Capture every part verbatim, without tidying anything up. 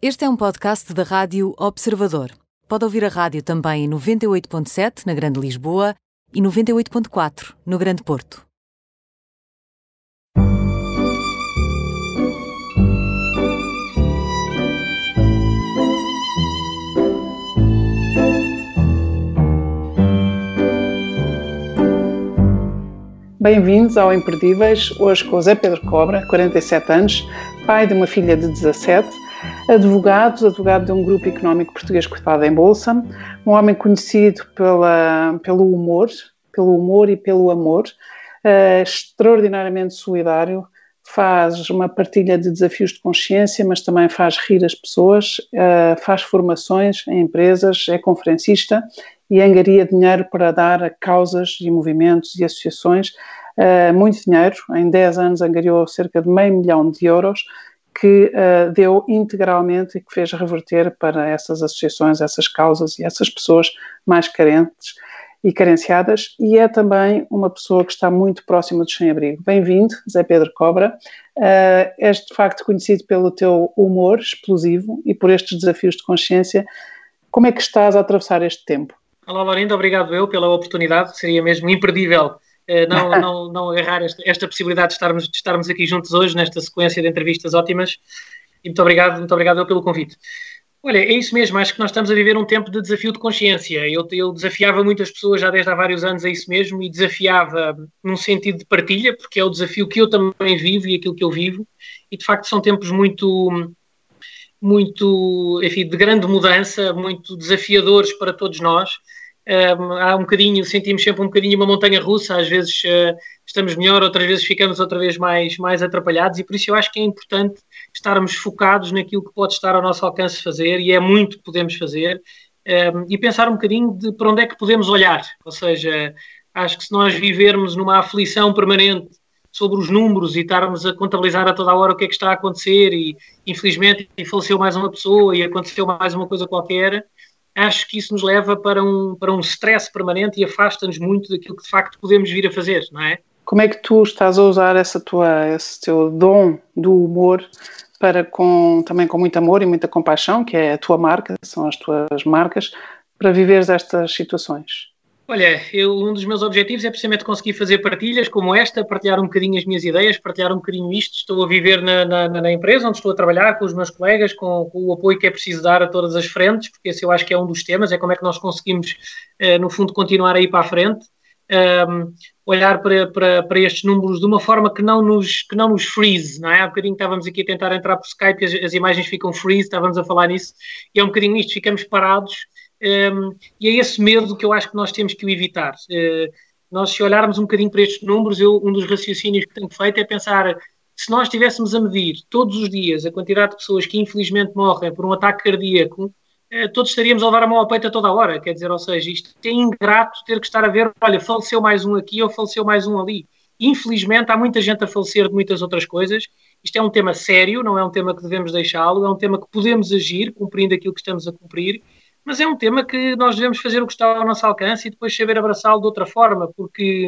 Este é um podcast da Rádio Observador. Pode ouvir a rádio também em noventa e oito ponto sete na Grande Lisboa e noventa e oito ponto quatro no Grande Porto. Bem-vindos ao Imperdíveis, hoje com o Zé Pedro Cobra, quarenta e sete anos, pai de uma filha de dezassete, advogado, advogado de um grupo económico português cotado em bolsa, um homem conhecido pela, pelo humor, pelo humor e pelo amor, uh, extraordinariamente solidário, faz uma partilha de desafios de consciência, mas também faz rir as pessoas, uh, faz formações em empresas, é conferencista e angaria dinheiro para dar a causas e movimentos e associações, uh, muito dinheiro. Em dez anos angariou cerca de meio milhão de euros, que uh, deu integralmente e que fez reverter para essas associações, essas causas e essas pessoas mais carentes e carenciadas, e é também uma pessoa que está muito próxima do sem-abrigo. Bem-vindo, Zé Pedro Cobra. Uh, és de facto conhecido pelo teu humor explosivo e por estes desafios de consciência. Como é que estás a atravessar este tempo? Olá, Laurinda, obrigado eu pela oportunidade, seria mesmo imperdível uh, não, não, não agarrar esta, esta possibilidade de estarmos, de estarmos aqui juntos hoje, nesta sequência de entrevistas ótimas, e muito obrigado, muito obrigado eu pelo convite. Olha, é isso mesmo, acho que nós estamos a viver um tempo de desafio de consciência. Eu, eu desafiava muitas pessoas já desde há vários anos a isso mesmo, e desafiava num sentido de partilha, porque é o desafio que eu também vivo e aquilo que eu vivo, e de facto são tempos muito, muito, enfim, de grande mudança, muito desafiadores para todos nós. Um, há um bocadinho, sentimos sempre um bocadinho uma montanha russa, às vezes uh, estamos melhor, outras vezes ficamos outra vez mais, mais atrapalhados, e por isso eu acho que é importante estarmos focados naquilo que pode estar ao nosso alcance fazer, e é muito que podemos fazer, um, e pensar um bocadinho de para onde é que podemos olhar. Ou seja, acho que se nós vivermos numa aflição permanente sobre os números e estarmos a contabilizar a toda a hora o que é que está a acontecer, e infelizmente e faleceu mais uma pessoa e aconteceu mais uma coisa qualquer, acho que isso nos leva para um, para um stress permanente e afasta-nos muito daquilo que de facto podemos vir a fazer, não é? Como é que tu estás a usar essa tua, esse teu dom do humor para com, também com muito amor e muita compaixão, que é a tua marca, são as tuas marcas, para viveres estas situações? Olha, eu, um dos meus objetivos é precisamente conseguir fazer partilhas como esta, partilhar um bocadinho as minhas ideias, partilhar um bocadinho isto. Estou a viver na, na, na empresa onde estou a trabalhar com os meus colegas, com, com o apoio que é preciso dar a todas as frentes, porque esse eu acho que é um dos temas, é como é que nós conseguimos, eh, no fundo, continuar a ir para a frente, um, olhar para, para, para estes números de uma forma que não nos, que não nos freeze, não é? Há um bocadinho estávamos aqui a tentar entrar por Skype e as, as imagens ficam freeze, estávamos a falar nisso, e é um bocadinho isto, ficamos parados. Um, e é esse medo que eu acho que nós temos que o evitar. Uh, nós, se olharmos um bocadinho para estes números, eu, um dos raciocínios que tenho feito é pensar, se nós estivéssemos a medir todos os dias a quantidade de pessoas que infelizmente morrem por um ataque cardíaco, uh, todos estaríamos a levar a mão ao peito a toda a hora. Quer dizer, ou seja, isto é ingrato ter que estar a ver, olha, faleceu mais um aqui ou faleceu mais um ali. Infelizmente há muita gente a falecer de muitas outras coisas. Isto é um tema sério, não é um tema que devemos deixá-lo, é um tema que podemos agir, cumprindo aquilo que estamos a cumprir, mas é um tema que nós devemos fazer o que está ao nosso alcance e depois saber abraçá-lo de outra forma, porque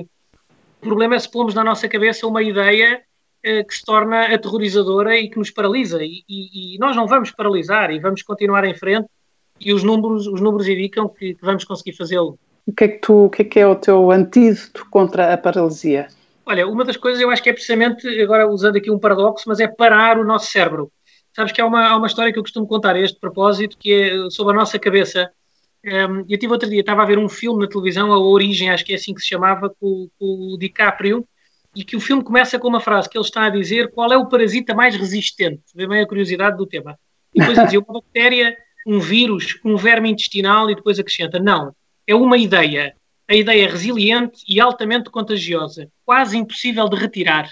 o problema é se pomos na nossa cabeça uma ideia eh, que se torna aterrorizadora e que nos paralisa, e, e, e nós não vamos paralisar e vamos continuar em frente, e os números, os números indicam que, que vamos conseguir fazê-lo. O que é que tu, o que é que é o teu antídoto contra a paralisia? Olha, uma das coisas eu acho que é precisamente, agora usando aqui um paradoxo, mas é parar o nosso cérebro. Sabes que há uma, há uma história que eu costumo contar a este propósito, que é sobre a nossa cabeça. Um, eu tive outro dia, estava a ver um filme na televisão, A Origem, acho que é assim que se chamava, com, com o DiCaprio, e que o filme começa com uma frase que ele está a dizer: qual é o parasita mais resistente? Vê bem a curiosidade do tema. E depois ele dizia: uma bactéria, um vírus, um verme intestinal, e depois acrescenta: não, é uma ideia. A ideia é resiliente e altamente contagiosa, quase impossível de retirar.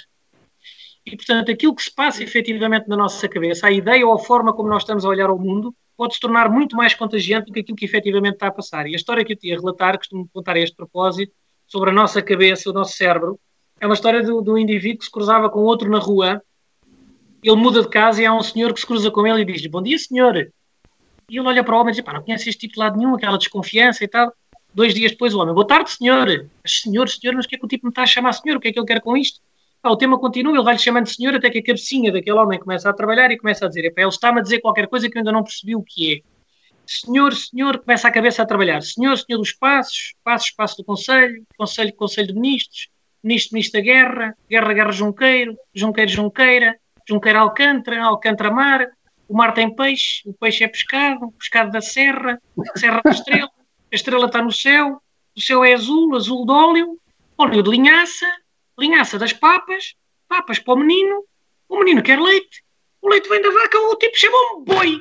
E, portanto, aquilo que se passa efetivamente na nossa cabeça, a ideia ou a forma como nós estamos a olhar ao mundo, pode se tornar muito mais contagiante do que aquilo que efetivamente está a passar. E a história que eu te ia relatar, costumo contar a este propósito, sobre a nossa cabeça, o nosso cérebro, é uma história de, de um indivíduo que se cruzava com outro na rua. Ele muda de casa e há um senhor que se cruza com ele e diz-lhe: bom dia, senhor. E ele olha para o homem e diz: pá, não conhece este tipo de lado nenhum, aquela desconfiança e tal. Dois dias depois o homem: boa tarde, senhor. Mas senhor, senhor, mas o que é que o tipo me está a chamar senhor? O que é que ele quer com isto? Ah, o tema continua, ele vai-lhe chamando de senhor até que a cabecinha daquele homem começa a trabalhar e começa a dizer, epá, ele está-me a dizer qualquer coisa que eu ainda não percebi o que é. Senhor, senhor, começa a cabeça a trabalhar. Senhor, senhor dos passos, passos, espaço do Conselho, Conselho, Conselho de Ministros, Ministro, Ministro da Guerra, Guerra, Guerra, Junqueiro, Junqueiro, Junqueira, Junqueira, Alcântara, Alcântara, Mar, o mar tem peixe, o peixe é pescado, pescado da Serra, Serra da Estrela, a estrela está no céu, o céu é azul, azul de óleo, óleo de linhaça, linhaça das papas, papas para o menino, o menino quer leite, o leite vem da vaca, o tipo chamou-me boi.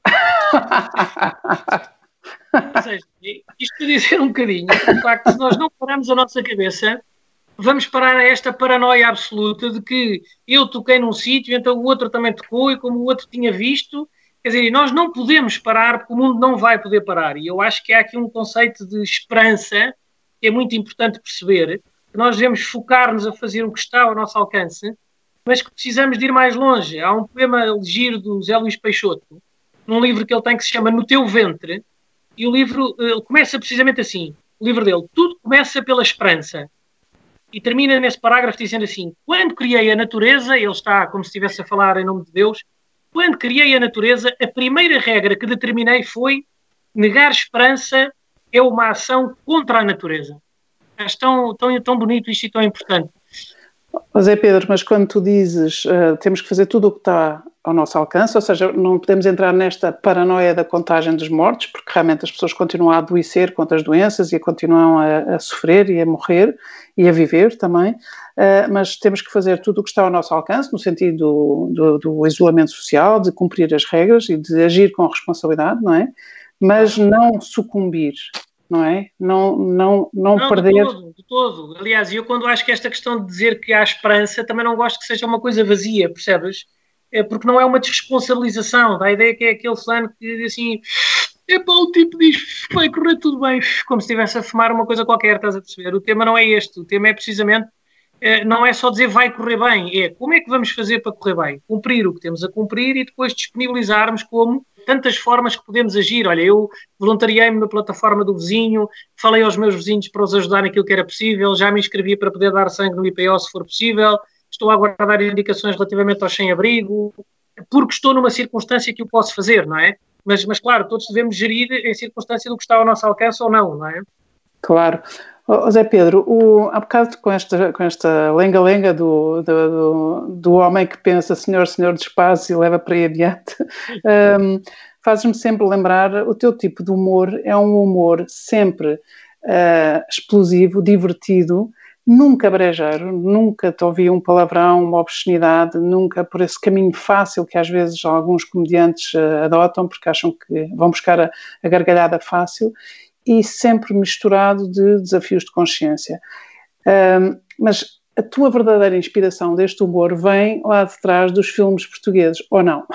Ou seja, isto para dizer um bocadinho, de facto, se nós não pararmos a nossa cabeça, vamos parar a esta paranoia absoluta de que eu toquei num sítio, então o outro também tocou e como o outro tinha visto, quer dizer, nós não podemos parar porque o mundo não vai poder parar. E eu acho que há aqui um conceito de esperança que é muito importante perceber, que nós devemos focar-nos a fazer o que está ao nosso alcance, mas que precisamos de ir mais longe. Há um poema giro do Zé Luís Peixoto, num livro que ele tem que se chama No Teu Ventre, e o livro uh, começa precisamente assim, o livro dele, tudo começa pela esperança, e termina nesse parágrafo dizendo assim, quando criei a natureza, ele está como se estivesse a falar em nome de Deus, quando criei a natureza, a primeira regra que determinei foi negar esperança é uma ação contra a natureza. Acho tão, tão, tão bonito isto e tão importante. José Pedro, mas quando tu dizes uh, temos que fazer tudo o que está ao nosso alcance, ou seja, não podemos entrar nesta paranoia da contagem dos mortos, porque realmente as pessoas continuam a adoecer contra as doenças e continuam a, a sofrer e a morrer e a viver também, uh, mas temos que fazer tudo o que está ao nosso alcance, no sentido do, do, do isolamento social, de cumprir as regras e de agir com responsabilidade, não é? Mas não sucumbir. Não é? Não, não, não, não perder... De todo, de todo. Aliás, eu quando acho que esta questão de dizer que há esperança, também não gosto que seja uma coisa vazia, percebes? É porque não é uma desresponsabilização, dá a ideia que é aquele fulano que diz assim, epá, o tipo diz, vai correr tudo bem, como se estivesse a fumar uma coisa qualquer, estás a perceber? O tema não é este, o tema é precisamente, não é só dizer vai correr bem, é como é que vamos fazer para correr bem? Cumprir o que temos a cumprir e depois disponibilizarmos como tantas formas que podemos agir. Olha, eu voluntariei-me na plataforma do vizinho, falei aos meus vizinhos para os ajudar naquilo que era possível, já me inscrevi para poder dar sangue no I P O se for possível, estou a aguardar indicações relativamente ao sem-abrigo, porque estou numa circunstância que o posso fazer, não é? Mas, mas claro, todos devemos gerir em circunstância do que está ao nosso alcance ou não, não é? Claro. Oh, Zé Pedro, o, há bocado com esta, com esta lenga-lenga do, do, do, do homem que pensa senhor, senhor do espaço e leva para aí adiante, um, fazes-me sempre lembrar, o teu tipo de humor é um humor sempre uh, explosivo, divertido, nunca brejeiro, nunca te ouvi um palavrão, uma obscenidade, nunca por esse caminho fácil que às vezes alguns comediantes uh, adotam porque acham que vão buscar a, a gargalhada fácil, e sempre misturado de desafios de consciência. Um, mas a tua verdadeira inspiração deste humor vem lá de trás dos filmes portugueses, ou não?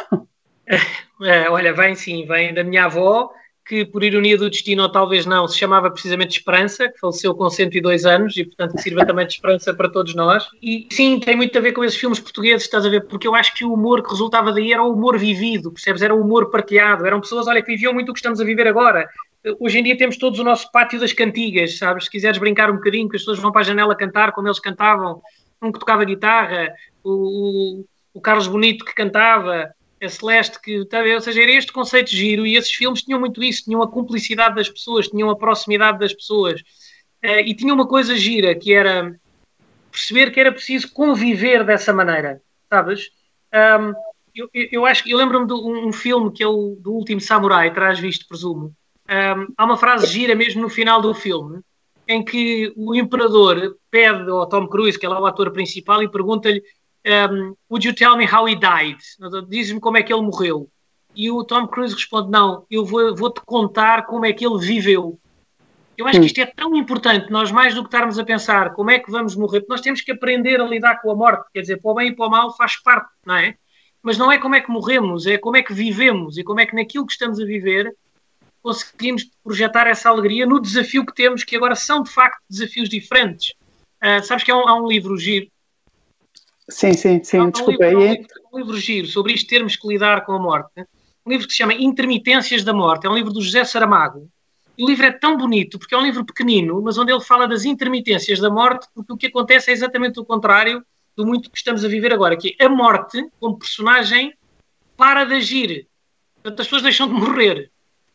É, olha, vem sim, vem da minha avó, que por ironia do destino, ou talvez não, se chamava precisamente Esperança, que faleceu com cento e dois anos e portanto que sirva também de esperança para todos nós. E sim, tem muito a ver com esses filmes portugueses, estás a ver, porque eu acho que o humor que resultava daí era o humor vivido, percebes? Era o humor partilhado, eram pessoas, olha, que viviam muito o que estamos a viver agora. Hoje em dia temos todos o nosso pátio das cantigas, sabes? Se quiseres brincar um bocadinho, que as pessoas vão para a janela cantar como eles cantavam, um que tocava guitarra, o, o, o Carlos Bonito que cantava, a Celeste que... Ou seja, era este conceito de giro e esses filmes tinham muito isso, tinham a cumplicidade das pessoas, tinham a proximidade das pessoas uh, e tinham uma coisa gira que era perceber que era preciso conviver dessa maneira, sabes? Um, eu, eu acho que... Eu lembro-me de um, um filme que é o do Último Samurai, terás visto, presumo. Um, há uma frase gira mesmo no final do filme em que o imperador pede ao Tom Cruise, que é lá o ator principal, e pergunta-lhe um, would you tell me how he died? Diz-me como é que ele morreu. E o Tom Cruise responde, não, eu vou, vou-te contar como é que ele viveu. Eu acho que isto é tão importante, nós mais do que estarmos a pensar como é que vamos morrer, porque nós temos que aprender a lidar com a morte, quer dizer, para o bem e para o mal faz parte, não é? Mas não é como é que morremos, é como é que vivemos e como é que naquilo que estamos a viver conseguimos projetar essa alegria no desafio que temos, que agora são de facto desafios diferentes. Uh, sabes que há um, há um livro giro. Sim, sim, sim, há, desculpa. Há um, aí. livro, um livro giro sobre isto, termos que lidar com a morte. Um livro que se chama Intermitências da Morte. É um livro do José Saramago. E o livro é tão bonito, porque é um livro pequenino, mas onde ele fala das intermitências da morte, porque o que acontece é exatamente o contrário do muito que estamos a viver agora, que é a morte, como personagem, para de agir. Portanto, as pessoas deixam de morrer.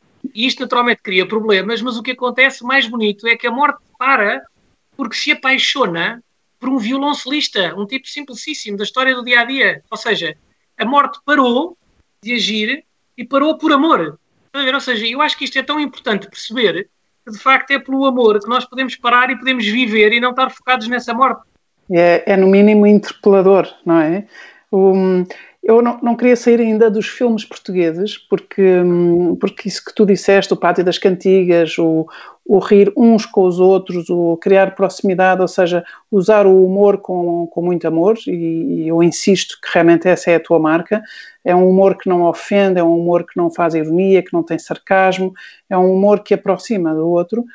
E isto naturalmente cria problemas, mas o que acontece mais bonito é que a morte para porque se apaixona por um violoncelista, um tipo simplicíssimo da história do dia-a-dia. Ou seja, a morte parou de agir e parou por amor. Ou seja, eu acho que isto é tão importante perceber que, de facto, é pelo amor que nós podemos parar e podemos viver e não estar focados nessa morte. É, é no mínimo interpelador, não é? Um, eu não, não queria sair ainda dos filmes portugueses, porque, porque isso que tu disseste, o Pátio das Cantigas, o, o rir uns com os outros, o criar proximidade, ou seja, usar o humor com, com muito amor, e, e eu insisto que realmente essa é a tua marca. É um humor que não ofende, é um humor que não faz ironia, que não tem sarcasmo, é um humor que aproxima do outro.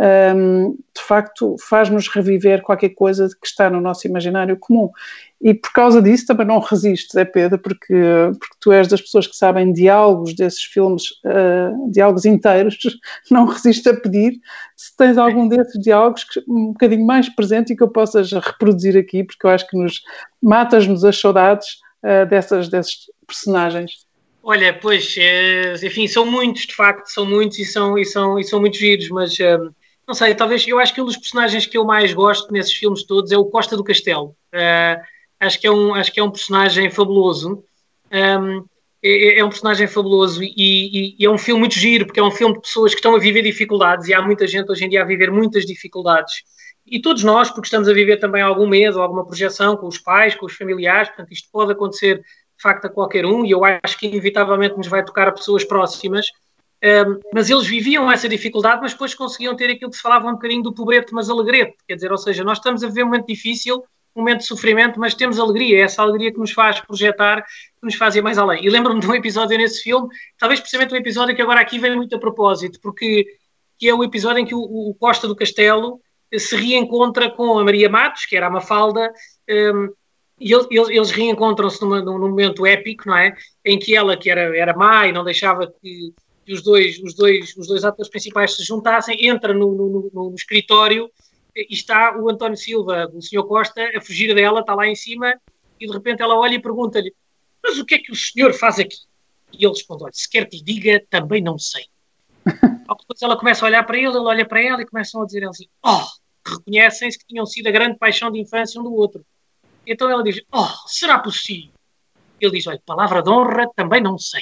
Um, de facto, faz-nos reviver qualquer coisa que está no nosso imaginário comum. E por causa disso também não resistes, é Pedro, porque, porque tu és das pessoas que sabem diálogos desses filmes, uh, diálogos inteiros, não resistes a pedir se tens algum desses diálogos que, um bocadinho mais presente e que eu possas reproduzir aqui, porque eu acho que nos matas-nos as saudades uh, dessas, desses personagens. Olha, pois, é, enfim, são muitos, de facto, são muitos e são, e são, e são muitos giros, mas um, não sei, talvez, eu acho que um dos personagens que eu mais gosto nesses filmes todos é o Costa do Castelo. Uh, acho, que é um, acho que é um personagem fabuloso, um, é, é um personagem fabuloso e, e, e é um filme muito giro, porque é um filme de pessoas que estão a viver dificuldades e há muita gente hoje em dia a viver muitas dificuldades. E todos nós, porque estamos a viver também algum medo, alguma projeção com os pais, com os familiares, portanto isto pode acontecer de facto a qualquer um, e eu acho que inevitavelmente nos vai tocar a pessoas próximas, um, mas eles viviam essa dificuldade, mas depois conseguiam ter aquilo que se falava um bocadinho do pobrete, mas alegrete, quer dizer, ou seja, nós estamos a viver um momento difícil, um momento de sofrimento, mas temos alegria, é essa alegria que nos faz projetar, que nos faz ir mais além. E lembro-me de um episódio nesse filme, talvez precisamente um episódio que agora aqui vem muito a propósito, porque que é o episódio em que o, o Costa do Castelo se reencontra com a Maria Matos, que era a Mafalda, um, e eles, eles reencontram-se numa, num momento épico, não é? Em que ela, que era, era má e não deixava que, que os, dois, os, dois, os dois atores principais se juntassem, entra no, no, no, no escritório e está o António Silva, o senhor Costa, a fugir dela, está lá em cima, e de repente ela olha e pergunta-lhe: mas o que é que o senhor faz aqui? E ele responde: olha, se quer que lhe diga, também não sei. Depois ela começa a olhar para ele, ele olha para ela e começam a dizer assim: oh, reconhecem-se que tinham sido a grande paixão de infância um do outro. Então ela diz: oh, será possível? Ele diz: olha, palavra de honra, também não sei.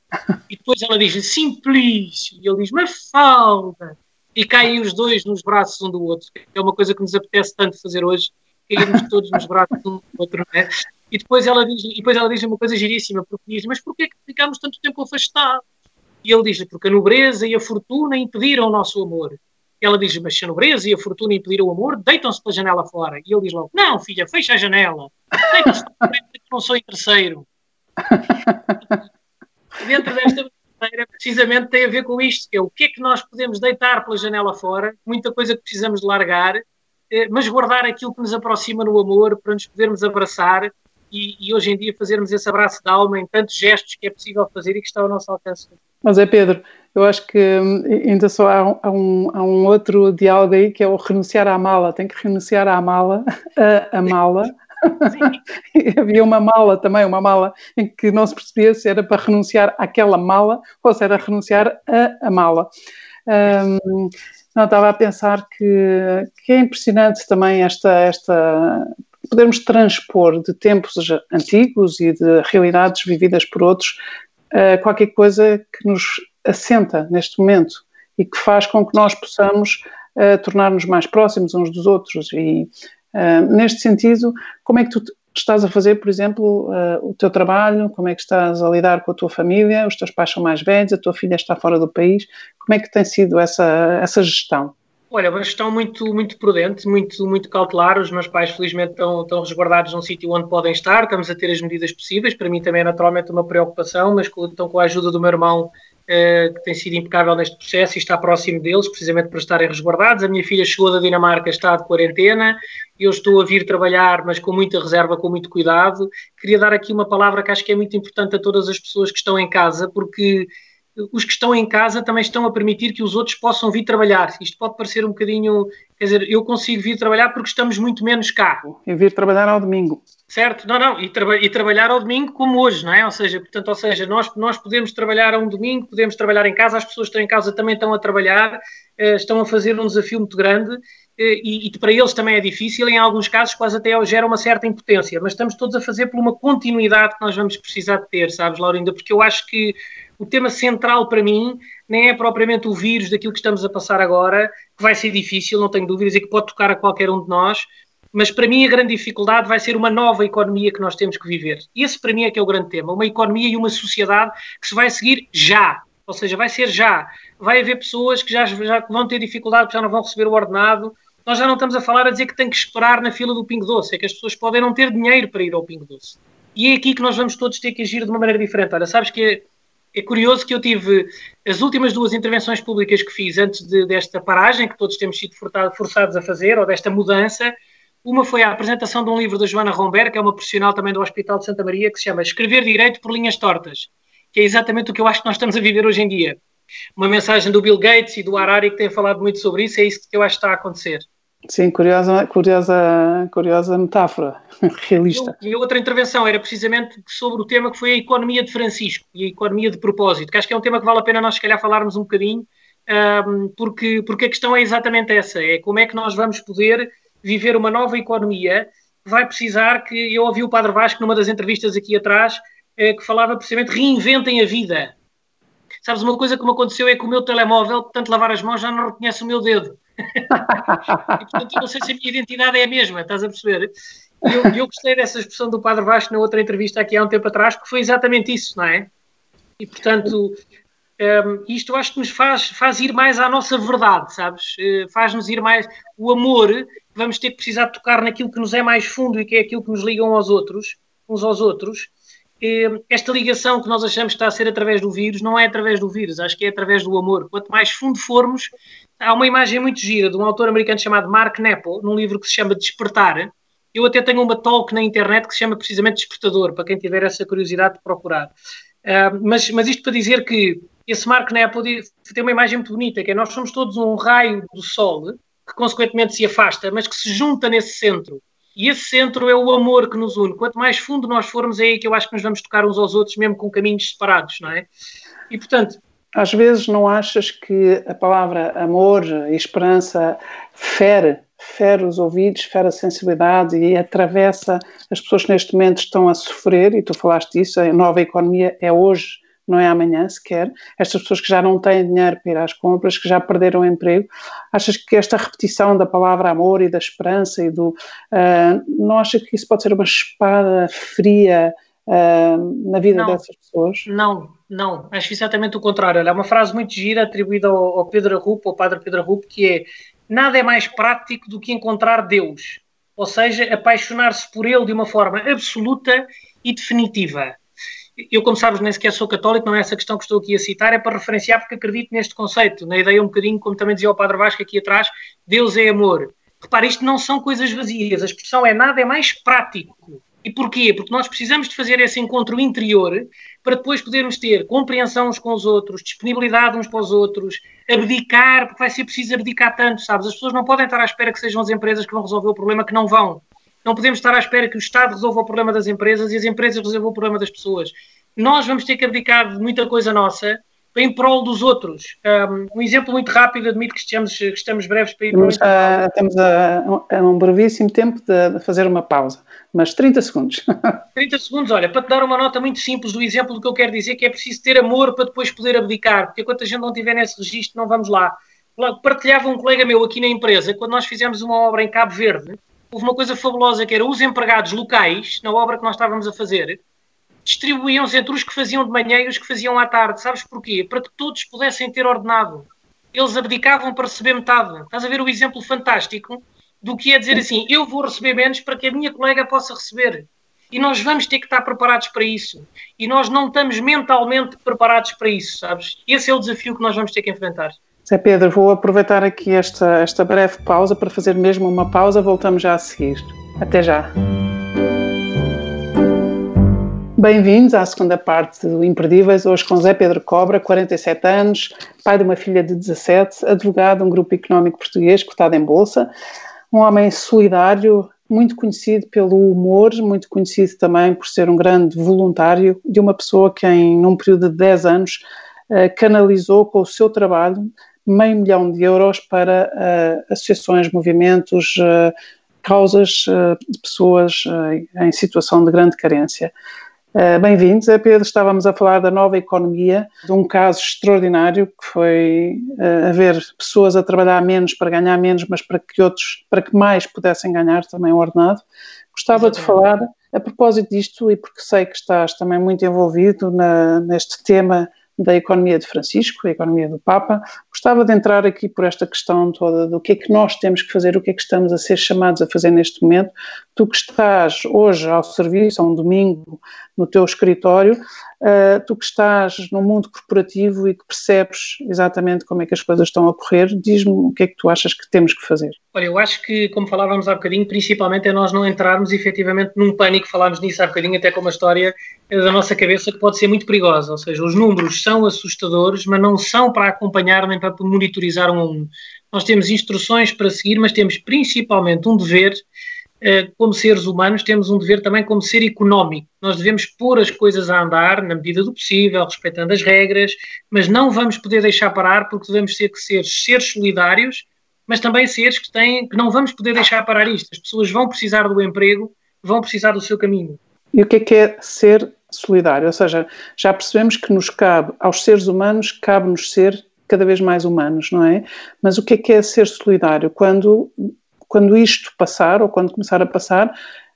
E depois ela diz-lhe: Simplício. E ele diz: Mafalda. E caem os dois nos braços um do outro. É uma coisa que nos apetece tanto fazer hoje, cairmos todos nos braços um do outro, não é? E depois ela diz, e depois ela diz uma coisa giríssima, porque diz: mas porquê é que ficámos tanto tempo afastados? E ele diz: porque a nobreza e a fortuna impediram o nosso amor. E ela diz: mas se a nobreza e a fortuna impediram o amor, deitam-se pela janela fora. E ele diz logo: não, filha, fecha a janela. Deitam-se pela janela, que não sou interesseiro. Dentro desta brincadeira, precisamente tem a ver com isto, que é o que é que nós podemos deitar pela janela fora, muita coisa que precisamos de largar, mas guardar aquilo que nos aproxima no amor, para nos podermos abraçar e, e hoje em dia fazermos esse abraço de alma em tantos gestos que é possível fazer e que está ao nosso alcance. Mas é, Pedro, eu acho que ainda só há um, há, um, há um outro diálogo aí, que é o renunciar à mala. Tem que renunciar à mala, a, a mala. Havia uma mala também, uma mala em que não se percebia se era para renunciar àquela mala ou se era renunciar a, a mala. Um, não, estava a pensar que, que é impressionante também esta, esta podermos transpor de tempos antigos e de realidades vividas por outros uh, qualquer coisa que nos assenta neste momento e que faz com que nós possamos uh, tornar-nos mais próximos uns dos outros. E Uh, neste sentido, como é que tu estás a fazer, por exemplo, uh, o teu trabalho? Como é que estás a lidar com a tua família? Os teus pais são mais velhos, a tua filha está fora do país. Como é que tem sido essa, essa gestão? Olha, uma gestão muito, muito prudente, muito, muito cautelar. Os meus pais, felizmente, estão, estão resguardados num sítio onde podem estar. Estamos a ter as medidas possíveis. Para mim também é naturalmente uma preocupação, mas com, então, com a ajuda do meu irmão, Uh, que tem sido impecável neste processo e está próximo deles, precisamente para estarem resguardados. A minha filha chegou da Dinamarca, está de quarentena, eu estou a vir trabalhar, mas com muita reserva, com muito cuidado. Queria dar aqui uma palavra que acho que é muito importante a todas as pessoas que estão em casa, porque os que estão em casa também estão a permitir que os outros possam vir trabalhar. Isto pode parecer um bocadinho... Quer dizer, eu consigo vir trabalhar porque estamos muito menos cá. E vir trabalhar ao domingo. Certo, não, não, e, traba e trabalhar ao domingo como hoje, não é? Ou seja, portanto, ou seja, nós, nós podemos trabalhar a um domingo, podemos trabalhar em casa, as pessoas que estão em casa também estão a trabalhar, eh, estão a fazer um desafio muito grande eh, e, e para eles também é difícil, em alguns casos quase até gera uma certa impotência, mas estamos todos a fazer por uma continuidade que nós vamos precisar de ter, sabes, Laurinda? Porque eu acho que o tema central para mim nem é propriamente o vírus daquilo que estamos a passar agora, que vai ser difícil, não tenho dúvidas, e que pode tocar a qualquer um de nós. Mas para mim a grande dificuldade vai ser uma nova economia que nós temos que viver. Esse para mim é que é o grande tema. Uma economia e uma sociedade que se vai seguir já. Ou seja, vai ser já. Vai haver pessoas que já, já vão ter dificuldade porque já não vão receber o ordenado. Nós já não estamos a falar a dizer que tem que esperar na fila do Pingo Doce. É que as pessoas podem não ter dinheiro para ir ao Pingo Doce. E é aqui que nós vamos todos ter que agir de uma maneira diferente. Olha, sabes que é, é curioso que eu tive as últimas duas intervenções públicas que fiz antes de, desta paragem, que todos temos sido forçados a fazer, ou desta mudança. Uma foi a apresentação de um livro da Joana Romber, que é uma profissional também do Hospital de Santa Maria, que se chama Escrever Direito por Linhas Tortas, que é exatamente o que eu acho que nós estamos a viver hoje em dia. Uma mensagem do Bill Gates e do Harari que têm falado muito sobre isso, é isso que eu acho que está a acontecer. Sim, curiosa, curiosa, curiosa metáfora, realista. E a outra intervenção era precisamente sobre o tema que foi a economia de Francisco e a economia de propósito, que acho que é um tema que vale a pena nós se calhar falarmos um bocadinho, um, porque, porque a questão é exatamente essa, é como é que nós vamos poder viver uma nova economia, vai precisar que... Eu ouvi o Padre Vasco numa das entrevistas aqui atrás, eh, que falava precisamente reinventem a vida. Sabes, uma coisa que me aconteceu é que o meu telemóvel, tanto lavar as mãos, já não reconhece o meu dedo. E, portanto, eu não sei se a minha identidade é a mesma, estás a perceber? E eu, eu gostei dessa expressão do Padre Vasco na outra entrevista aqui há um tempo atrás, porque foi exatamente isso, não é? E, portanto... Um, isto eu acho que nos faz, faz ir mais à nossa verdade, sabes? Uh, faz-nos ir mais... O amor, vamos ter que precisar tocar naquilo que nos é mais fundo e que é aquilo que nos liga uns aos outros, uns aos outros. Uh, esta ligação que nós achamos que está a ser através do vírus, não é através do vírus, acho que é através do amor. Quanto mais fundo formos... Há uma imagem muito gira de um autor americano chamado Mark Nepo, num livro que se chama Despertar. Eu até tenho uma talk na internet que se chama precisamente Despertador, para quem tiver essa curiosidade de procurar. Uh, mas, mas isto para dizer que esse Mark Nepo tem uma imagem muito bonita, que é nós somos todos um raio do Sol, que consequentemente se afasta, mas que se junta nesse centro. E esse centro é o amor que nos une. Quanto mais fundo nós formos, é aí que eu acho que nos vamos tocar uns aos outros, mesmo com caminhos separados, não é? E, portanto... Às vezes não achas que a palavra amor e esperança fere, fere os ouvidos, fere a sensibilidade e atravessa as pessoas que neste momento estão a sofrer, e tu falaste disso, a nova economia é hoje, não é amanhã sequer, estas pessoas que já não têm dinheiro para ir às compras, que já perderam o emprego, achas que esta repetição da palavra amor e da esperança e do... Uh, não achas que isso pode ser uma espada fria uh, na vida não, dessas pessoas? Não, não, acho exatamente o contrário. É uma frase muito gira atribuída ao, ao Pedro Arrupe, ao Padre Pedro Arrupe, que é: nada é mais prático do que encontrar Deus, ou seja, apaixonar-se por Ele de uma forma absoluta e definitiva. Eu, como sabes, nem sequer sou católico, não é essa questão que estou aqui a citar, é para referenciar porque acredito neste conceito, na ideia um bocadinho, como também dizia o Padre Vasco aqui atrás, Deus é amor. Repara, isto não são coisas vazias, a expressão é nada é mais prático. E porquê? Porque nós precisamos de fazer esse encontro interior para depois podermos ter compreensão uns com os outros, disponibilidade uns para os outros, abdicar, porque vai ser preciso abdicar tanto, sabes? As pessoas não podem estar à espera que sejam as empresas que vão resolver o problema, que não vão. Não podemos estar à espera que o Estado resolva o problema das empresas e as empresas resolvam o problema das pessoas. Nós vamos ter que abdicar de muita coisa nossa em prol dos outros. Um, um exemplo muito rápido, admito que estamos, que estamos breves para ir para mas, uh, Estamos a, a um brevíssimo tempo de, de fazer uma pausa, mas trinta segundos. trinta segundos, olha, para te dar uma nota muito simples do exemplo do que eu quero dizer, que é preciso ter amor para depois poder abdicar, porque enquanto a gente não tiver nesse registro, não vamos lá. Partilhava um colega meu aqui na empresa, quando nós fizemos uma obra em Cabo Verde, houve uma coisa fabulosa, que era os empregados locais, na obra que nós estávamos a fazer, distribuíam-se entre os que faziam de manhã e os que faziam à tarde. Sabes porquê? Para que todos pudessem ter ordenado. Eles abdicavam para receber metade. Estás a ver o exemplo fantástico do que é dizer assim, eu vou receber menos para que a minha colega possa receber. E nós vamos ter que estar preparados para isso. E nós não estamos mentalmente preparados para isso, sabes? Esse é o desafio que nós vamos ter que enfrentar. Zé Pedro, vou aproveitar aqui esta, esta breve pausa para fazer mesmo uma pausa. Voltamos já a seguir. Até já. Bem-vindos à segunda parte do Imperdíveis, hoje com Zé Pedro Cobra, quarenta e sete anos, pai de uma filha de dezassete, advogado de um grupo económico português cotado em bolsa, um homem solidário, muito conhecido pelo humor, muito conhecido também por ser um grande voluntário de uma pessoa que em num período de dez anos canalizou com o seu trabalho meio milhão de euros para uh, associações, movimentos, uh, causas uh, de pessoas uh, em situação de grande carência. Uh, bem-vindos. É, Pedro, estávamos a falar da nova economia, de um caso extraordinário que foi uh, haver pessoas a trabalhar menos para ganhar menos, mas para que outros, para que mais pudessem ganhar também o ordenado. Gostava Exatamente. de falar, a propósito disto, e porque sei que estás também muito envolvido na, neste tema da economia de Francisco, a economia do Papa. Gostava de entrar aqui por esta questão toda do que é que nós temos que fazer, o que é que estamos a ser chamados a fazer neste momento. Tu que estás hoje ao serviço, a um domingo, no teu escritório, uh, tu que estás no mundo corporativo e que percebes exatamente como é que as coisas estão a correr, diz-me o que é que tu achas que temos que fazer. Olha, eu acho que, como falávamos há bocadinho, principalmente é nós não entrarmos efetivamente num pânico, falámos nisso há bocadinho, até com uma história da nossa cabeça que pode ser muito perigosa, ou seja, os números são assustadores, mas não são para acompanhar nem para monitorizar um a um. Nós temos instruções para seguir, mas temos principalmente um dever, eh, como seres humanos, temos um dever também como ser económico. Nós devemos pôr as coisas a andar na medida do possível, respeitando as regras, mas não vamos poder deixar parar porque devemos ser, ser seres solidários, mas também seres que, têm, que não vamos poder deixar parar isto. As pessoas vão precisar do emprego, vão precisar do seu caminho. E o que é que é ser solidário? Ou seja, já percebemos que nos cabe, aos seres humanos, cabe-nos ser cada vez mais humanos, não é? Mas o que é que é ser solidário? Quando, quando isto passar, ou quando começar a passar,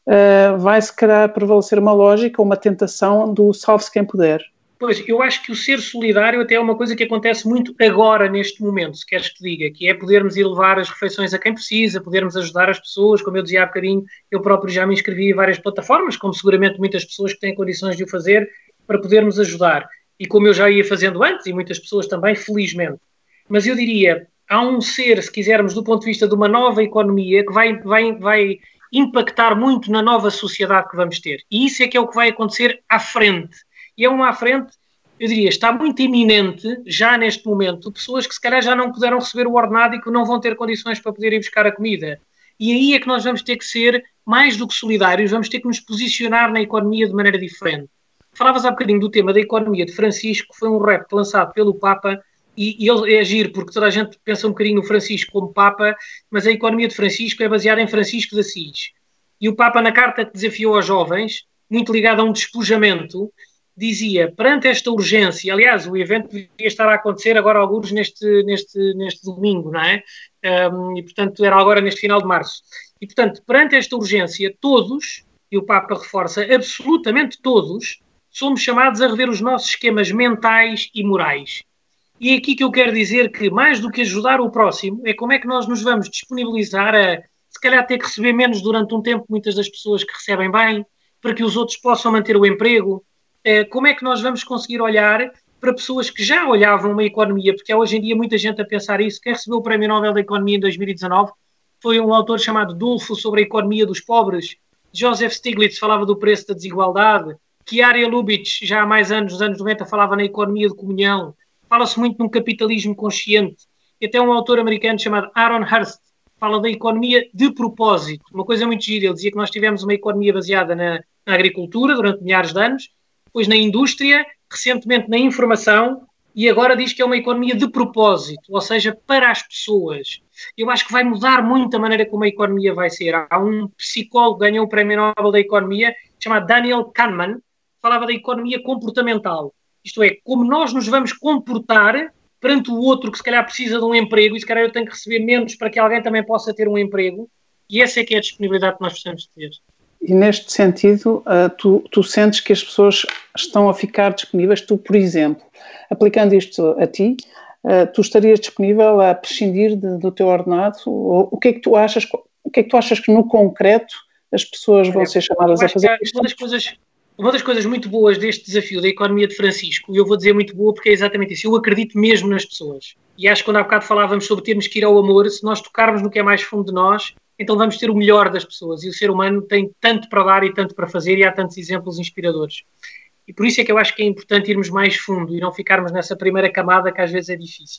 uh, vai se calhar prevalecer uma lógica, uma tentação do salve-se quem puder. Pois, eu acho que o ser solidário até é uma coisa que acontece muito agora, neste momento, se queres que diga, que é podermos ir levar as refeições a quem precisa, podermos ajudar as pessoas, como eu dizia há bocadinho, eu próprio já me inscrevi em várias plataformas, como seguramente muitas pessoas que têm condições de o fazer, para podermos ajudar. E como eu já ia fazendo antes, e muitas pessoas também, felizmente. Mas eu diria, há um ser, se quisermos, do ponto de vista de uma nova economia, que vai, vai, vai impactar muito na nova sociedade que vamos ter. E isso é que é o que vai acontecer à frente. E é uma à frente, eu diria, está muito iminente, já neste momento, pessoas que se calhar já não puderam receber o ordenado e que não vão ter condições para poder ir buscar a comida. E aí é que nós vamos ter que ser, mais do que solidários, vamos ter que nos posicionar na economia de maneira diferente. Falavas há bocadinho do tema da economia de Francisco, que foi um repto lançado pelo Papa, e, e ele é agir, porque toda a gente pensa um bocadinho no Francisco como Papa, mas a economia de Francisco é baseada em Francisco de Assis. E o Papa, na carta que desafiou aos jovens, muito ligado a um despojamento, dizia, perante esta urgência, aliás, o evento devia estar a acontecer agora alguns neste, neste, neste domingo, não é? Um, e, portanto, era agora neste final de março. E, portanto, perante esta urgência, todos, e o Papa reforça, absolutamente todos, somos chamados a rever os nossos esquemas mentais e morais. E é aqui que eu quero dizer que, mais do que ajudar o próximo, é como é que nós nos vamos disponibilizar a, se calhar, ter que receber menos durante um tempo, muitas das pessoas que recebem bem, para que os outros possam manter o emprego. Como é que nós vamos conseguir olhar para pessoas que já olhavam uma economia, porque há hoje em dia muita gente a pensar isso. Quem recebeu o Prémio Nobel da Economia em dois mil e dezanove foi um autor chamado Dulfo sobre a economia dos pobres. Joseph Stiglitz falava do preço da desigualdade. Chiara Lubitsch, já há mais anos, nos anos noventa, falava na economia de comunhão. Fala-se muito num capitalismo consciente. E até um autor americano chamado Aaron Hurst fala da economia de propósito. Uma coisa muito gira, ele dizia que nós tivemos uma economia baseada na, na agricultura durante milhares de anos, depois na indústria, recentemente na informação, e agora diz que é uma economia de propósito, ou seja, para as pessoas. Eu acho que vai mudar muito a maneira como a economia vai ser. Há um psicólogo que ganhou o Prémio Nobel da Economia, chamado Daniel Kahneman, que falava da economia comportamental. Isto é, como nós nos vamos comportar perante o outro que se calhar precisa de um emprego, e se calhar eu tenho que receber menos para que alguém também possa ter um emprego, e essa é que é a disponibilidade que nós precisamos ter. E neste sentido, uh, tu, tu sentes que as pessoas estão a ficar disponíveis, tu, por exemplo, aplicando isto a ti, uh, tu estarias disponível a prescindir de, do teu ordenado? O, o, que é que tu achas, o que é que tu achas que no concreto as pessoas vão é, ser chamadas a fazer? Uma das coisas, uma das coisas muito boas deste desafio da economia de Francisco, e eu vou dizer muito boa porque é exatamente isso, eu acredito mesmo nas pessoas. E acho que quando há bocado falávamos sobre termos que ir ao amor, se nós tocarmos no que é mais fundo de nós, então vamos ter o melhor das pessoas, e o ser humano tem tanto para dar e tanto para fazer, e há tantos exemplos inspiradores. E por isso é que eu acho que é importante irmos mais fundo e não ficarmos nessa primeira camada que às vezes é difícil.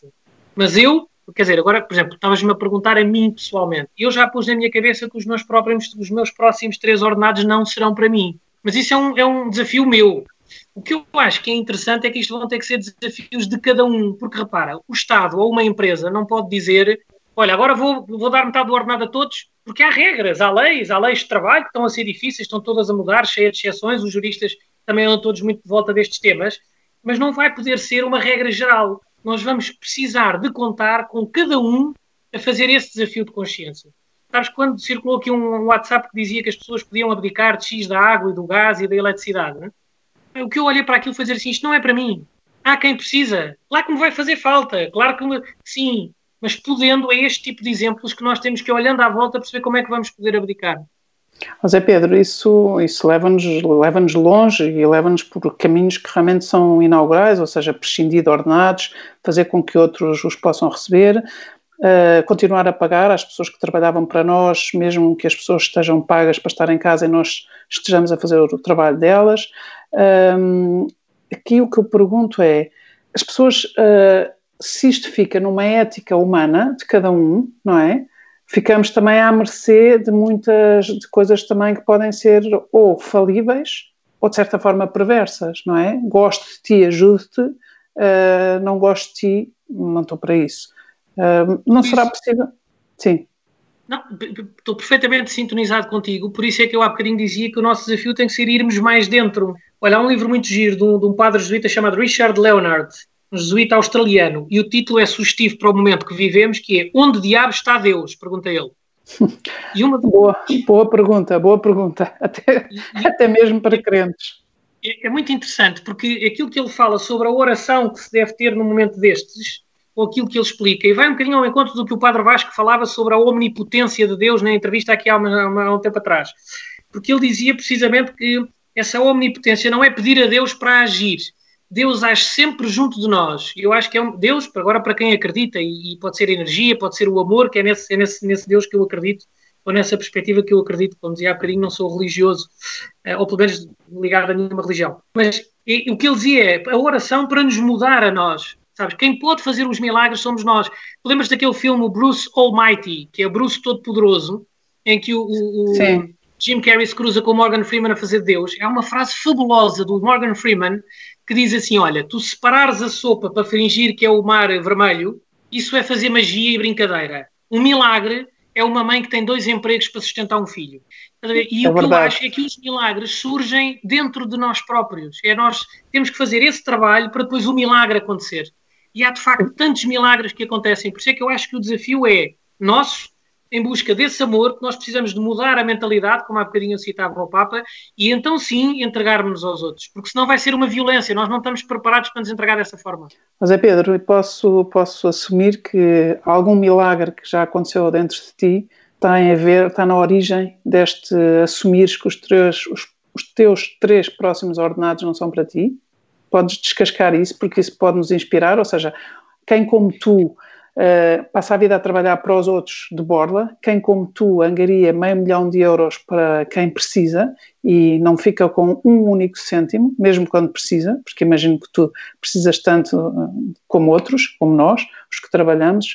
Mas eu, quer dizer, agora, por exemplo, estavas-me a perguntar a mim pessoalmente. Eu já pus na minha cabeça que os meus, próprios, os meus próximos três ordenados não serão para mim. Mas isso é um, é um desafio meu. O que eu acho que é interessante é que isto vão ter que ser desafios de cada um. Porque, repara, o Estado ou uma empresa não pode dizer, olha, agora vou, vou dar metade do ordenado a todos, porque há regras, há leis, há leis de trabalho que estão a ser difíceis, estão todas a mudar, cheias de exceções, os juristas também andam todos muito de volta destes temas, mas não vai poder ser uma regra geral. Nós vamos precisar de contar com cada um a fazer esse desafio de consciência. Sabes, quando circulou aqui um WhatsApp que dizia que as pessoas podiam abdicar de X da água e do gás e da eletricidade, né? O que eu olhei para aquilo foi dizer assim, isto não é para mim. Há quem precisa. Claro que me vai fazer falta. Claro que me... sim. Mas podendo, é este tipo de exemplos que nós temos que ir olhando à volta, perceber como é que vamos poder abdicar. José Pedro, isso, isso leva-nos, leva-nos longe e leva-nos por caminhos que realmente são inaugurais, ou seja, prescindir de ordenados, fazer com que outros os possam receber, uh, continuar a pagar às pessoas que trabalhavam para nós, mesmo que as pessoas estejam pagas para estar em casa e nós estejamos a fazer o trabalho delas. Um, aqui o que eu pergunto é, as pessoas, uh, se isto fica numa ética humana de cada um, não é? Ficamos também à mercê de muitas de coisas também que podem ser ou falíveis ou de certa forma perversas, não é? Gosto de ti, ajudo-te, uh, não gosto de ti, não estou para isso. Uh, não isso. Será possível? Sim. Não, estou perfeitamente sintonizado contigo, por isso é que eu há bocadinho dizia que o nosso desafio tem que ser irmos mais dentro. Olha, há um livro muito giro de um, de um padre jesuíta chamado Richard Leonard, um jesuíta australiano, e o título é sugestivo para o momento que vivemos, que é Onde diabo está Deus? Pergunta ele. E uma... boa, boa pergunta, boa pergunta, até, e, até mesmo para crentes. É, é muito interessante, porque aquilo que ele fala sobre a oração que se deve ter num momento destes, ou aquilo que ele explica, e vai um bocadinho ao encontro do que o Padre Vasco falava sobre a omnipotência de Deus na entrevista aqui há, uma, há um tempo atrás. Porque ele dizia precisamente que essa omnipotência não é pedir a Deus para agir. Deus age sempre junto de nós. E eu acho que é um Deus, agora para quem acredita, e, e pode ser a energia, pode ser o amor, que é nesse, é nesse, nesse Deus que eu acredito, ou nessa perspectiva que eu acredito. Como dizia há bocadinho, não sou religioso, ou pelo menos ligado a nenhuma religião. Mas e, o que ele dizia é a oração para nos mudar a nós. Sabes? Quem pode fazer os milagres somos nós. Lembras daquele filme, o Bruce Almighty, que é o Bruce Todo-Poderoso, em que o, o, o Jim Carrey se cruza com o Morgan Freeman a fazer Deus. É uma frase fabulosa do Morgan Freeman que diz assim, olha, tu separares a sopa para fingir que é o mar vermelho, isso é fazer magia e brincadeira. Um milagre é uma mãe que tem dois empregos para sustentar um filho. E é o que verdade. Eu acho é que os milagres surgem dentro de nós próprios. É nós temos que fazer esse trabalho para depois o milagre acontecer. E há, de facto, tantos milagres que acontecem. Por isso é que eu acho que o desafio é nosso, em busca desse amor, que nós precisamos de mudar a mentalidade, como há bocadinho eu citava ao Papa, e então sim entregarmos aos outros. Porque senão vai ser uma violência. Nós não estamos preparados para nos entregar dessa forma. Mas é Pedro, eu posso, posso assumir que algum milagre que já aconteceu dentro de ti tem a ver, está na origem deste assumires que os, três, os, os teus três próximos ordenados não são para ti? Podes descascar isso, porque isso pode nos inspirar, ou seja, quem como tu uh, passa a vida a trabalhar para os outros de borla, quem como tu angaria meio milhão de euros para quem precisa e não fica com um único cêntimo, mesmo quando precisa, porque imagino que tu precisas tanto uh, como outros, como nós, os que trabalhamos,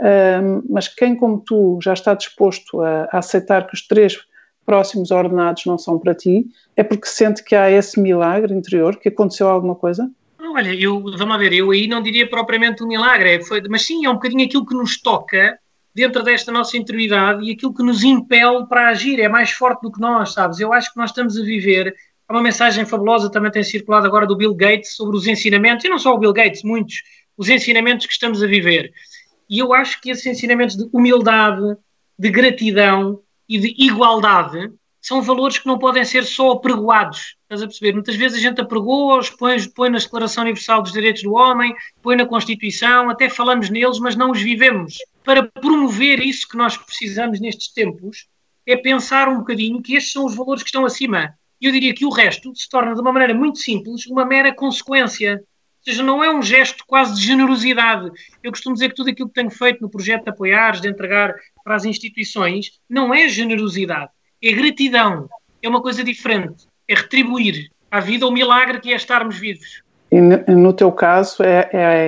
uh, mas quem como tu já está disposto a, a aceitar que os três próximos ordenados não são para ti, é porque sente que há esse milagre interior, que aconteceu alguma coisa? Olha, eu, vamos lá ver, eu aí não diria propriamente um milagre, foi, mas sim, é um bocadinho aquilo que nos toca dentro desta nossa interioridade e aquilo que nos impele para agir, é mais forte do que nós, sabes? Eu acho que nós estamos a viver, há uma mensagem fabulosa, também tem circulado agora do Bill Gates, sobre os ensinamentos, e não só o Bill Gates, muitos, os ensinamentos que estamos a viver. E eu acho que esses ensinamentos de humildade, de gratidão, e de igualdade, são valores que não podem ser só apregoados. Estás a perceber? Muitas vezes a gente apregoa-os, põe, põe na Declaração Universal dos Direitos do Homem, põe na Constituição, até falamos neles, mas não os vivemos. Para promover isso que nós precisamos nestes tempos, é pensar um bocadinho que estes são os valores que estão acima. E eu diria que o resto se torna, de uma maneira muito simples, uma mera consequência. Ou seja, não é um gesto quase de generosidade. Eu costumo dizer que tudo aquilo que tenho feito no projeto de Apoiares, de entregar para as instituições, não é generosidade, é gratidão. É uma coisa diferente. É retribuir à vida o milagre que é estarmos vivos. E no teu caso é, é,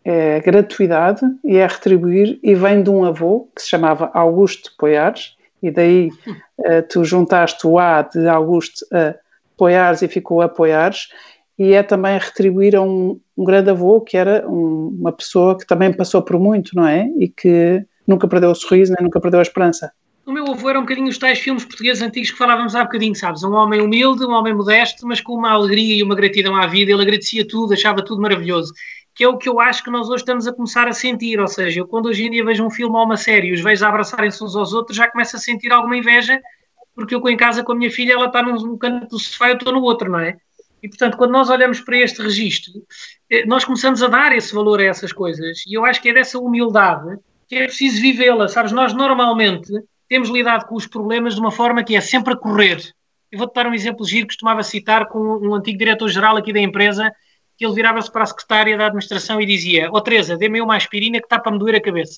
é gratuidade e é retribuir, e vem de um avô que se chamava Augusto Poiares, e daí uh, tu juntaste o A de Augusto a Poiares e ficou Apoiares, e é também retribuir a um, um grande avô que era um, uma pessoa que também passou por muito, não é? E que nunca perdeu o sorriso, nem nunca perdeu a esperança. O meu avô era um bocadinho os tais filmes portugueses antigos que falávamos há bocadinho, sabes? Um homem humilde, um homem modesto, mas com uma alegria e uma gratidão à vida. Ele agradecia tudo, achava tudo maravilhoso. Que é o que eu acho que nós hoje estamos a começar a sentir. Ou seja, eu quando hoje em dia vejo um filme ou uma série e os vejo a abraçarem-se uns aos outros, já começo a sentir alguma inveja, porque eu em casa com a minha filha, ela está num canto do sofá e eu estou no outro, não é? E, portanto, quando nós olhamos para este registro, nós começamos a dar esse valor a essas coisas. E eu acho que é dessa humildade que é preciso vivê-la, sabes? Nós normalmente temos lidado com os problemas de uma forma que é sempre a correr. Eu vou-te dar um exemplo giro que costumava citar com um antigo diretor-geral aqui da empresa, que ele virava-se para a secretária da administração e dizia: ó Teresa, dê-me uma aspirina que está para me doer a cabeça.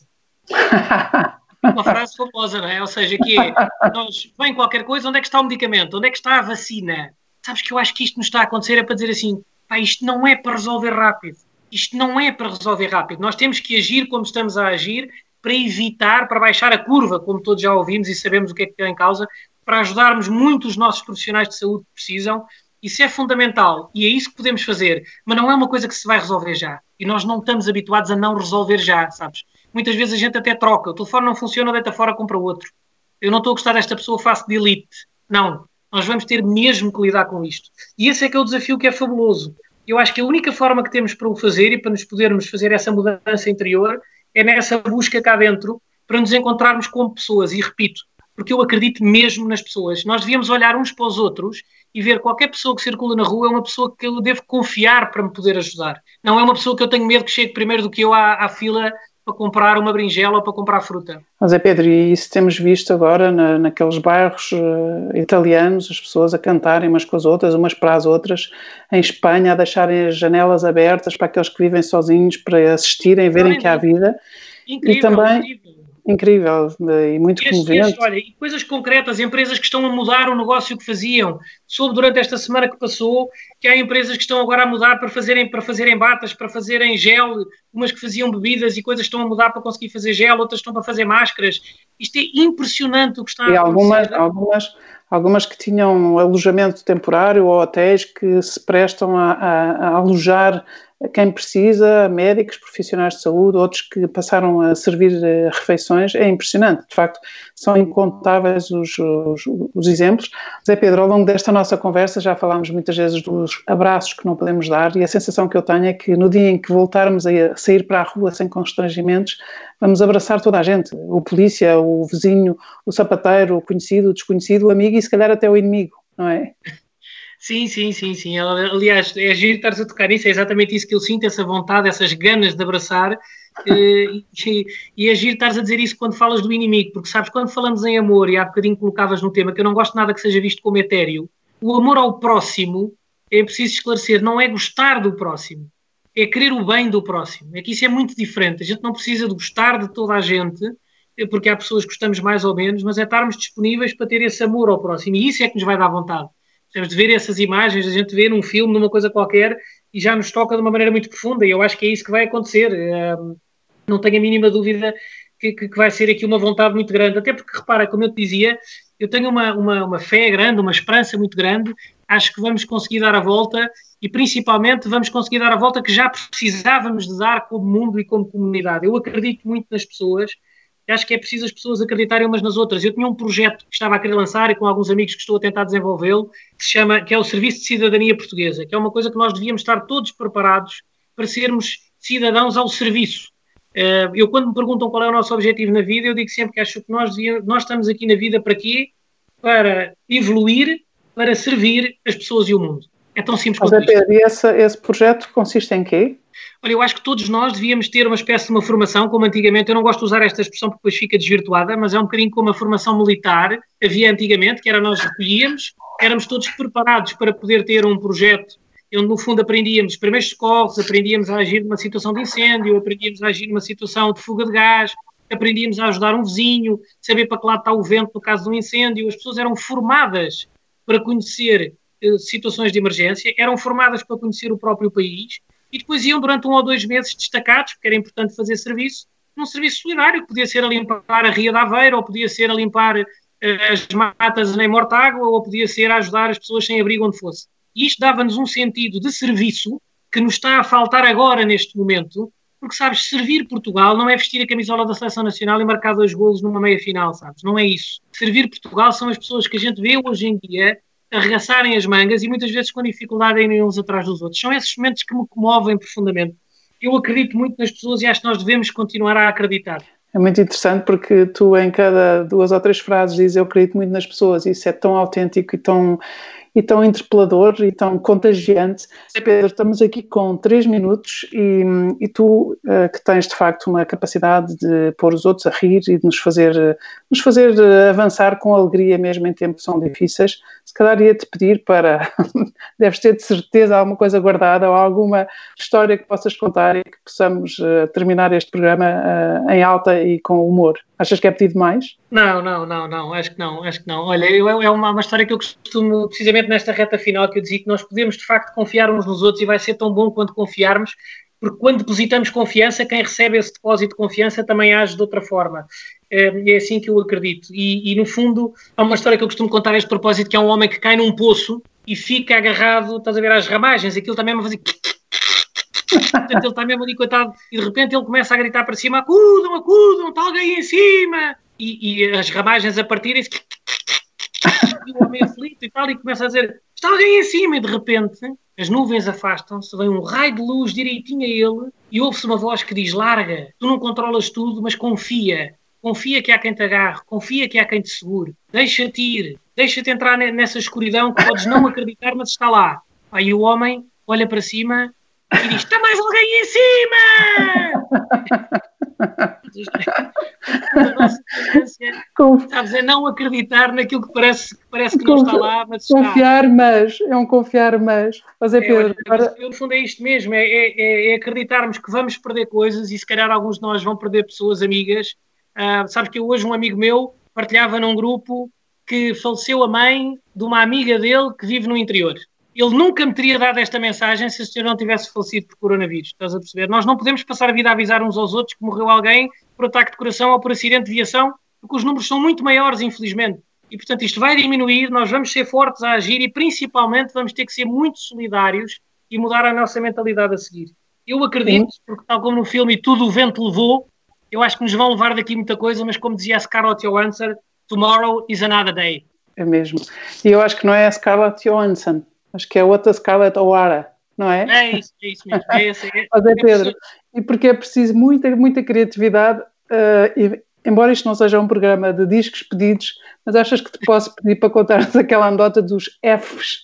Uma frase famosa, não é? Ou seja, que é, nós, vem qualquer coisa, onde é que está o medicamento? Onde é que está a vacina? Sabes que eu acho que isto nos está a acontecer é para dizer assim, pá, isto não é para resolver rápido. Isto não é para resolver rápido. Nós temos que agir como estamos a agir para evitar, para baixar a curva, como todos já ouvimos e sabemos o que é que tem em causa, para ajudarmos muito os nossos profissionais de saúde que precisam. Isso é fundamental e é isso que podemos fazer, mas não é uma coisa que se vai resolver já. E nós não estamos habituados a não resolver já, sabes? Muitas vezes a gente até troca. O telefone não funciona, deita fora, compra outro. Eu não estou a gostar desta pessoa, faço delete. Não. Nós vamos ter mesmo que lidar com isto. E esse é que é o desafio que é fabuloso. Eu acho que a única forma que temos para o fazer e para nos podermos fazer essa mudança interior é nessa busca cá dentro para nos encontrarmos como pessoas. E repito, porque eu acredito mesmo nas pessoas. Nós devíamos olhar uns para os outros e ver qualquer pessoa que circula na rua é uma pessoa que eu devo confiar para me poder ajudar. Não é uma pessoa que eu tenho medo que chegue primeiro do que eu à, à fila para comprar uma berinjela ou para comprar fruta. Mas é, Pedro, e isso temos visto agora na, naqueles bairros uh, italianos, as pessoas a cantarem umas com as outras, umas para as outras, em Espanha a deixarem as janelas abertas para aqueles que vivem sozinhos para assistirem, verem não, que há vida. Incrível, e também, incrível. Incrível e muito este, comovente. Este, olha, e coisas concretas, empresas que estão a mudar o negócio que faziam. Soube durante esta semana que passou que há empresas que estão agora a mudar para fazerem, para fazerem batas, para fazerem gel, umas que faziam bebidas e coisas estão a mudar para conseguir fazer gel, outras estão para fazer máscaras. Isto é impressionante o que está e a acontecer. Algumas, algumas, algumas que tinham alojamento temporário ou hotéis que se prestam a, a, a alojar quem precisa, médicos, profissionais de saúde, outros que passaram a servir uh, refeições. É impressionante, de facto, são incontáveis os, os, os exemplos. Zé Pedro, ao longo desta nossa conversa já falámos muitas vezes dos abraços que não podemos dar e a sensação que eu tenho é que no dia em que voltarmos a sair para a rua sem constrangimentos, vamos abraçar toda a gente, o polícia, o vizinho, o sapateiro, o conhecido, o desconhecido, o amigo e se calhar até o inimigo, não é? Sim, sim, sim, sim. Aliás, é giro estares a tocar nisso, é exatamente isso que eu sinto, essa vontade, essas ganas de abraçar, e, e é giro estares a dizer isso quando falas do inimigo, porque sabes, quando falamos em amor, e há bocadinho colocavas no tema, que eu não gosto nada que seja visto como etéreo, o amor ao próximo, é preciso esclarecer, não é gostar do próximo, é querer o bem do próximo, é que isso é muito diferente, a gente não precisa de gostar de toda a gente, porque há pessoas que gostamos mais ou menos, mas é estarmos disponíveis para ter esse amor ao próximo, e isso é que nos vai dar vontade. Temos de ver essas imagens, a gente vê num filme, numa coisa qualquer, e já nos toca de uma maneira muito profunda, e eu acho que é isso que vai acontecer. Um, não tenho a mínima dúvida que, que, que vai ser aqui uma vontade muito grande, até porque, repara, como eu te dizia, eu tenho uma, uma, uma fé grande, uma esperança muito grande, acho que vamos conseguir dar a volta, e principalmente vamos conseguir dar a volta que já precisávamos de dar como mundo e como comunidade. Eu acredito muito nas pessoas, acho que é preciso as pessoas acreditarem umas nas outras. Eu tinha um projeto que estava a querer lançar e com alguns amigos que estou a tentar desenvolvê-lo, que se chama, que é o Serviço de Cidadania Portuguesa, que é uma coisa que nós devíamos estar todos preparados para sermos cidadãos ao serviço. Eu, quando me perguntam qual é o nosso objetivo na vida, eu digo sempre que acho que nós, devíamos, nós estamos aqui na vida para quê? Para evoluir, para servir as pessoas e o mundo. É tão simples quanto isto. E esse, esse projeto consiste em quê? Olha, eu acho que todos nós devíamos ter uma espécie de uma formação, como antigamente, eu não gosto de usar esta expressão porque depois fica desvirtuada, mas é um bocadinho como a formação militar havia antigamente, que era nós recolhíamos, éramos todos preparados para poder ter um projeto onde no fundo aprendíamos primeiros socorros, aprendíamos a agir numa situação de incêndio, aprendíamos a agir numa situação de fuga de gás, aprendíamos a ajudar um vizinho, saber para que lado está o vento no caso de um incêndio. As pessoas eram formadas para conhecer eh, situações de emergência, eram formadas para conhecer o próprio país, e depois iam durante um ou dois meses destacados, porque era importante fazer serviço, num serviço solidário, que podia ser a limpar a Ria de Aveiro, ou podia ser a limpar uh, as matas em Mortágua, ou podia ser a ajudar as pessoas sem abrigo onde fosse. E isto dava-nos um sentido de serviço que nos está a faltar agora neste momento, porque, sabes, servir Portugal não é vestir a camisola da Seleção Nacional e marcar dois golos numa meia-final, sabes? Não é isso. Servir Portugal são as pessoas que a gente vê hoje em dia arregaçarem as mangas e muitas vezes com dificuldade em ir uns atrás dos outros. São esses momentos que me comovem profundamente. Eu acredito muito nas pessoas e acho que nós devemos continuar a acreditar. É muito interessante porque tu em cada duas ou três frases dizes eu acredito muito nas pessoas e isso é tão autêntico e tão, e tão interpelador e tão contagiante. Pedro, estamos aqui com três minutos e, e tu uh, que tens de facto uma capacidade de pôr os outros a rir e de nos fazer, uh, nos fazer uh, avançar com alegria mesmo em tempos que são difíceis, se calhar ia-te pedir para, deves ter de certeza alguma coisa guardada ou alguma história que possas contar e que possamos uh, terminar este programa uh, em alta e com humor. Achas que é pedido mais? Não, não, não, não, acho que não, acho que não. Olha, eu, é uma, uma história que eu costumo, precisamente nesta reta final, que eu dizia que nós podemos de facto confiar uns nos outros e vai ser tão bom quanto confiarmos, porque quando depositamos confiança, quem recebe esse depósito de confiança também age de outra forma. É, é assim que eu acredito. E, e no fundo, há uma história que eu costumo contar a este propósito, que é um homem que cai num poço e fica agarrado, estás a ver, às ramagens, aquilo também vai fazer... Portanto, ele está mesmo ali, coitado, e de repente ele começa a gritar para cima, acudam, acudam, está alguém em cima, e, e as ramagens a partirem-se, e o homem aflito e tal, e começa a dizer, está alguém em cima, e de repente as nuvens afastam-se, vem um raio de luz direitinho a ele, e ouve-se uma voz que diz, larga, tu não controlas tudo, mas confia, confia que há quem te agarre, confia que há quem te segure, deixa-te ir, deixa-te entrar nessa escuridão que podes não acreditar, mas está lá. Aí o homem olha para cima e diz, está mais alguém em cima! A nossa tendência, sabes, é não acreditar naquilo que parece que, parece que não está lá, mas está. Confiar, mas, é um confiar, mas. Mas é, Pedro, é, olha, no fundo é isto mesmo, é, é, é acreditarmos que vamos perder coisas e se calhar alguns de nós vão perder pessoas amigas. Uh, sabes que eu, hoje um amigo meu partilhava num grupo que faleceu a mãe de uma amiga dele que vive no interior. Ele nunca me teria dado esta mensagem se o senhor não tivesse falecido por coronavírus, estás a perceber? Nós não podemos passar a vida a avisar uns aos outros que morreu alguém por ataque de coração ou por acidente de viação, porque os números são muito maiores, infelizmente. E, portanto, isto vai diminuir, nós vamos ser fortes a agir e, principalmente, vamos ter que ser muito solidários e mudar a nossa mentalidade a seguir. Eu acredito, porque tal como no filme E Tudo o Vento Levou, eu acho que nos vão levar daqui muita coisa, mas como dizia a Scarlett Johansson, tomorrow is another day. É mesmo. E eu acho que não é a Scarlett Johansson. Acho que é outra Scarlett O'Hara, não é? É isso, é isso mesmo. É esse, é, Mas é, Pedro, e porque é preciso muita, muita criatividade, uh, e, embora isto não seja um programa de discos pedidos, mas achas que te posso pedir para contar-nos aquela anedota dos Fs?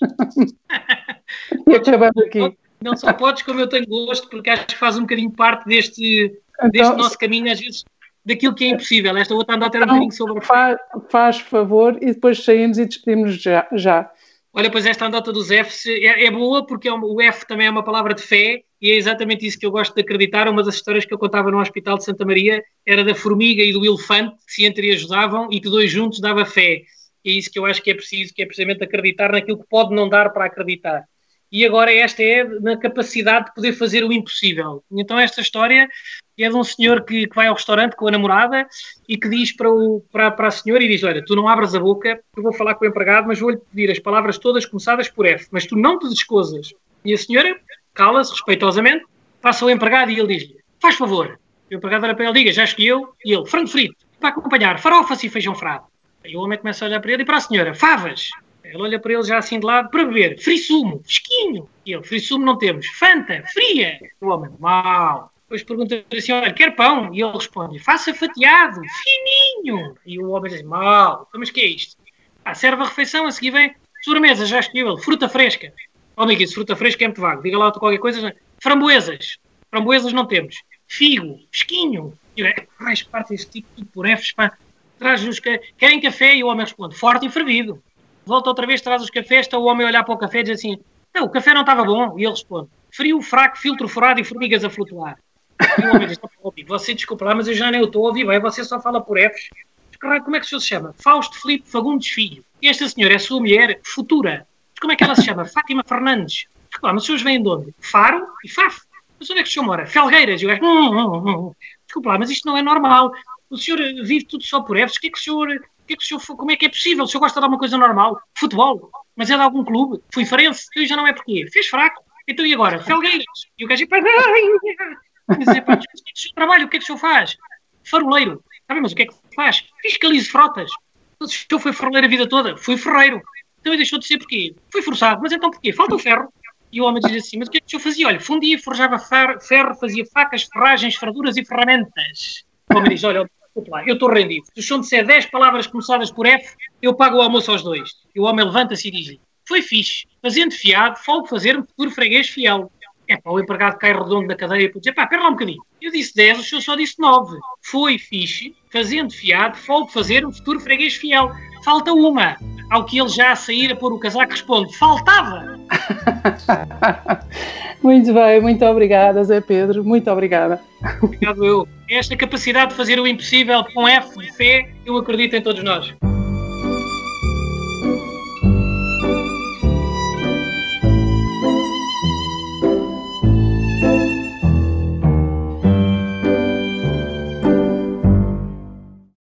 E acabamos aqui. Não só podes, como eu tenho gosto, porque acho que faz um bocadinho parte deste, então, deste nosso caminho, às vezes, daquilo que é impossível. Esta outra anedota era um bocadinho sobre... Faz, faz favor e depois saímos e despedimos já. já. Olha, pois esta anedota dos Fs é, é boa porque é um, o F também é uma palavra de fé e é exatamente isso que eu gosto de acreditar. Uma das histórias que eu contava no Hospital de Santa Maria era da formiga e do elefante que se entre ajudavam e que dois juntos dava fé. E é isso que eu acho que é preciso, que é precisamente acreditar naquilo que pode não dar para acreditar. E agora esta é na capacidade de poder fazer o impossível. Então esta história é de um senhor que, que vai ao restaurante com a namorada e que diz para, o, para, para a senhora e diz, olha, tu não abras a boca, eu vou falar com o empregado, mas vou-lhe pedir as palavras todas começadas por F, mas tu não te descozas. E a senhora cala-se respeitosamente, passa ao empregado e ele diz-lhe, faz favor. E o empregado olha para ele, diga, já escolheu? E ele, frango frito, para acompanhar, farofas e feijão frado. E o homem começa a olhar para ele e para a senhora, favas. Ele olha para ele já assim de lado, para beber, frissumo, fresquinho. E ele, frissumo não temos, Fanta, fria. O homem, mau. Depois pergunta assim, olha, quer pão? E ele responde, faça fatiado, fininho. E o homem diz, mau, mas que é isto? Ah, serve a refeição, a seguir vem sobremesa, já escolheu ele, fruta fresca. Oh, amigo, isso, fruta fresca é muito vago. Diga lá qualquer coisa. Framboesas. Framboesas não temos. Figo, fresquinho. E eu, é, mais parte deste tipo, tudo por Fs, pá. Traz-nos, querem café? E o homem responde, forte e fervido. Volta outra vez, traz os cafés, está o homem a olhar para o café e diz assim, não, o café não estava bom. E ele responde, frio, fraco, filtro furado e formigas a flutuar. E o homem diz, você desculpa lá, mas eu já nem estou a ouvir bem, você só fala por Fs. Como é que o senhor se chama? Fausto Filipe Fagundes Filho. E esta senhora é a sua mulher futura. Mas como é que ela se chama? Fátima Fernandes. Mas os senhores vêm de onde? Faro e Faf. mas onde é que o senhor mora? Felgueiras. E o gajo, hum, hum, hum. Desculpa lá, mas isto não é normal. O senhor vive tudo só por Fs. O que é que o senhor, o que é que o senhor, como é que é possível? O senhor gosta de alguma coisa normal? Futebol? Mas é de algum clube? Fui Farense? E já não é porquê? Fez fraco. Então e agora? Felgueiras. E o gajo, pá, mas é pá, o que é que o senhor trabalha? O que é que o senhor faz? Faroleiro. Está bem, mas o que é que faz? Fiscalize frotas. O senhor foi faroleiro a vida toda? Fui ferreiro. Então ele deixou de ser porquê? Fui forçado. Mas então porquê? Falta o ferro. E o homem diz assim, mas o que é que o senhor fazia? Olha, fundia, forjava ferro, fazia facas, ferragens, ferraduras e ferramentas. O homem diz, olha, lá, eu estou rendido. Se o senhor disser dez palavras começadas por F, eu pago o almoço aos dois. E o homem levanta-se e diz, foi fixe, fazendo fiado, folgo fazer-me futuro freguês fiel. É pá, o empregado cai redondo na cadeia e diz, pá, pera lá um bocadinho. Eu disse dez, o senhor só disse nove. Foi fixe, fazendo fiado, folgo fazer-me futuro freguês fiel. Falta uma. Ao que ele já a sair a pôr o casaco responde, faltava! Muito bem, muito obrigada, Zé Pedro, muito obrigada. Obrigado eu. Esta capacidade de fazer o impossível com F de fé, eu acredito em todos nós.